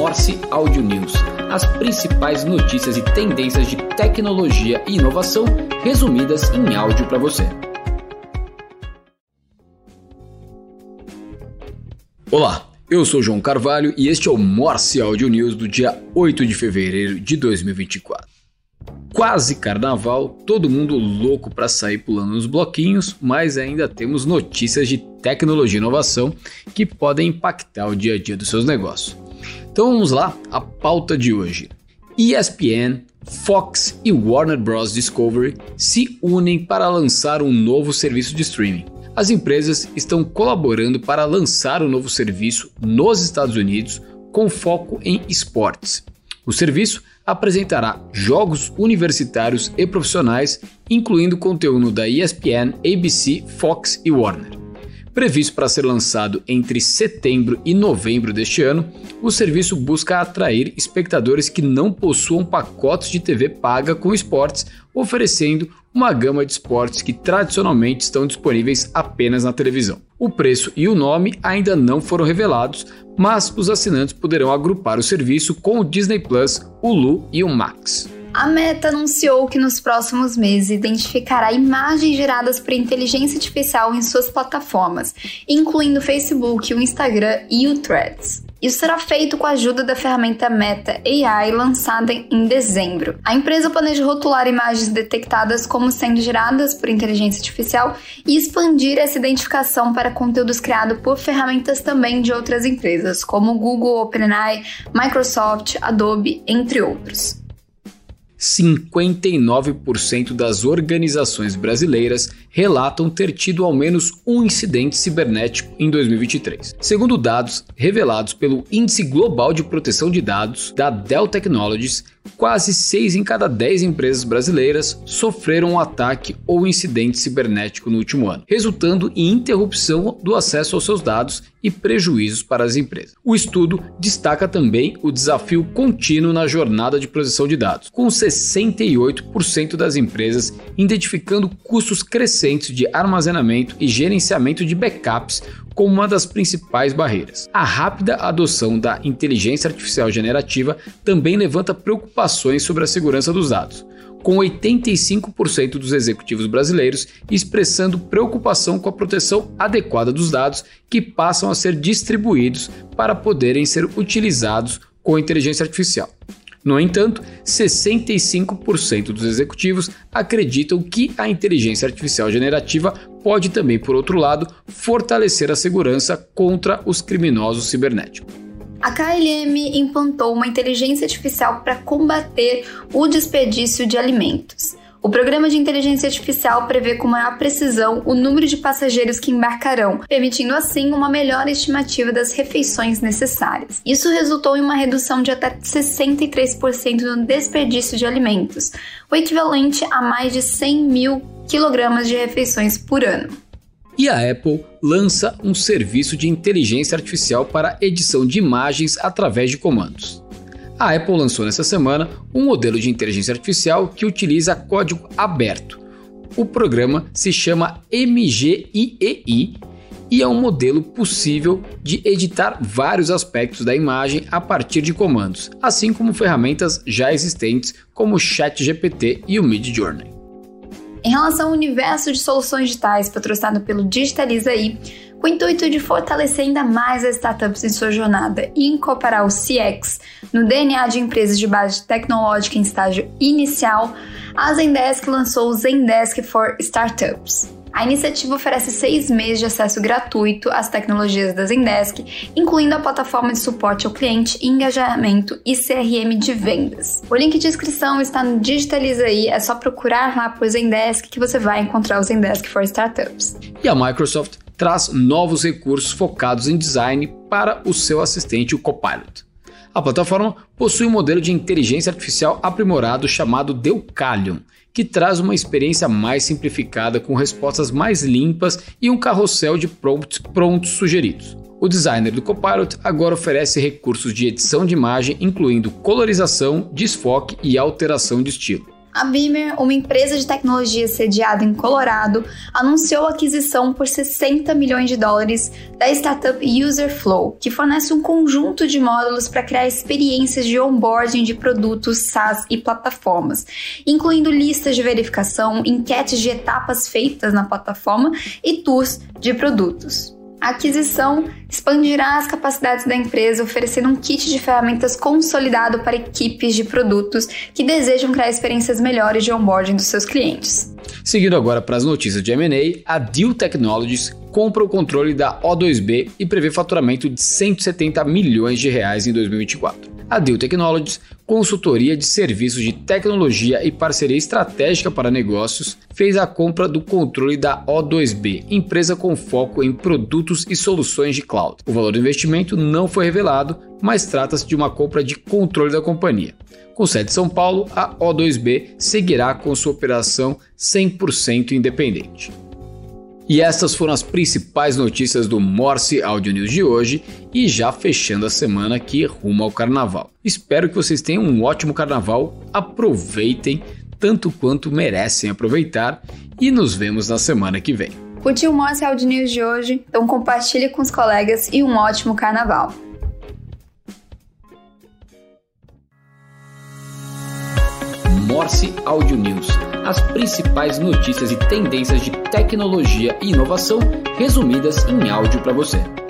Morse Audio News, as principais notícias e tendências de tecnologia e inovação resumidas em áudio para você. Olá, eu sou João Carvalho e este é o Morse Audio News do dia 8 de fevereiro de 2024. Quase carnaval, todo mundo louco para sair pulando nos bloquinhos, mas ainda temos notícias de tecnologia e inovação que podem impactar o dia a dia dos seus negócios. Então vamos lá, a pauta de hoje. ESPN, Fox e Warner Bros. Discovery se unem para lançar um novo serviço de streaming. As empresas estão colaborando para lançar o novo serviço nos Estados Unidos com foco em esportes. O serviço apresentará jogos universitários e profissionais, incluindo conteúdo da ESPN, ABC, Fox e Warner. Previsto para ser lançado entre setembro e novembro deste ano, o serviço busca atrair espectadores que não possuam pacotes de TV paga com esportes, oferecendo uma gama de esportes que tradicionalmente estão disponíveis apenas na televisão. O preço e o nome ainda não foram revelados, mas os assinantes poderão agrupar o serviço com o Disney+, o Hulu e o Max. A Meta anunciou que nos próximos meses identificará imagens geradas por inteligência artificial em suas plataformas, incluindo o Facebook, o Instagram e o Threads. Isso será feito com a ajuda da ferramenta Meta AI lançada em dezembro. A empresa planeja rotular imagens detectadas como sendo geradas por inteligência artificial e expandir essa identificação para conteúdos criados por ferramentas também de outras empresas, como Google, OpenAI, Microsoft, Adobe, entre outros. 59% das organizações brasileiras relatam ter tido ao menos um incidente cibernético em 2023. Segundo dados revelados pelo Índice Global de Proteção de Dados da Dell Technologies, quase 6 em cada 10 empresas brasileiras sofreram um ataque ou incidente cibernético no último ano, resultando em interrupção do acesso aos seus dados e prejuízos para as empresas. O estudo destaca também o desafio contínuo na jornada de proteção de dados, com 68% das empresas identificando custos crescentes de armazenamento e gerenciamento de backups como uma das principais barreiras. A rápida adoção da inteligência artificial generativa também levanta preocupações sobre a segurança dos dados, com 85% dos executivos brasileiros expressando preocupação com a proteção adequada dos dados que passam a ser distribuídos para poderem ser utilizados com a inteligência artificial. No entanto, 65% dos executivos acreditam que a inteligência artificial generativa pode também, por outro lado, fortalecer a segurança contra os criminosos cibernéticos. A KLM implantou uma inteligência artificial para combater o desperdício de alimentos. O programa de inteligência artificial prevê com maior precisão o número de passageiros que embarcarão, permitindo assim uma melhor estimativa das refeições necessárias. Isso resultou em uma redução de até 63% no desperdício de alimentos, o equivalente a mais de 100 mil quilogramas de refeições por ano. E a Apple lança um serviço de inteligência artificial para edição de imagens através de comandos. A Apple lançou nessa semana um modelo de inteligência artificial que utiliza código aberto. O programa se chama MGIEI e é um modelo possível de editar vários aspectos da imagem a partir de comandos, assim como ferramentas já existentes como o ChatGPT e o Midjourney. Em relação ao universo de soluções digitais patrocinado pelo Digitaliza.ai, com o intuito de fortalecer ainda mais as startups em sua jornada e incorporar o CX no DNA de empresas de base tecnológica em estágio inicial, a Zendesk lançou o Zendesk for Startups. A iniciativa oferece 6 meses de acesso gratuito às tecnologias da Zendesk, incluindo a plataforma de suporte ao cliente, engajamento e CRM de vendas. O link de inscrição está no Digitaliza.ai, é só procurar lá por Zendesk que você vai encontrar o Zendesk for Startups. E a Microsoft traz novos recursos focados em design para o seu assistente, o Copilot. A plataforma possui um modelo de inteligência artificial aprimorado chamado Deucalion, que traz uma experiência mais simplificada com respostas mais limpas e um carrossel de prompts prontos sugeridos. O designer do Copilot agora oferece recursos de edição de imagem, incluindo colorização, desfoque e alteração de estilo. A Beamer, uma empresa de tecnologia sediada em Colorado, anunciou a aquisição por $60 milhões da startup Userflow, que fornece um conjunto de módulos para criar experiências de onboarding de produtos SaaS e plataformas, incluindo listas de verificação, enquetes de etapas feitas na plataforma e tours de produtos. A aquisição expandirá as capacidades da empresa, oferecendo um kit de ferramentas consolidado para equipes de produtos que desejam criar experiências melhores de onboarding dos seus clientes. Seguindo agora para as notícias de M&A, a Deel Technologies compra o controle da O2B e prevê faturamento de R$170 milhões em 2024. A Deel Technologies, consultoria de serviços de tecnologia e parceria estratégica para negócios, fez a compra do controle da O2B, empresa com foco em produtos e soluções de cloud. O valor do investimento não foi revelado, mas trata-se de uma compra de controle da companhia. Com sede em São Paulo, a O2B seguirá com sua operação 100% independente. E estas foram as principais notícias do Morse Audio News de hoje e já fechando a semana aqui rumo ao carnaval. Espero que vocês tenham um ótimo carnaval, aproveitem tanto quanto merecem aproveitar e nos vemos na semana que vem. Curtiu o Morse Audio News de hoje? Então compartilhe com os colegas e um ótimo carnaval. Morse Audio News, as principais notícias e tendências de tecnologia e inovação resumidas em áudio para você.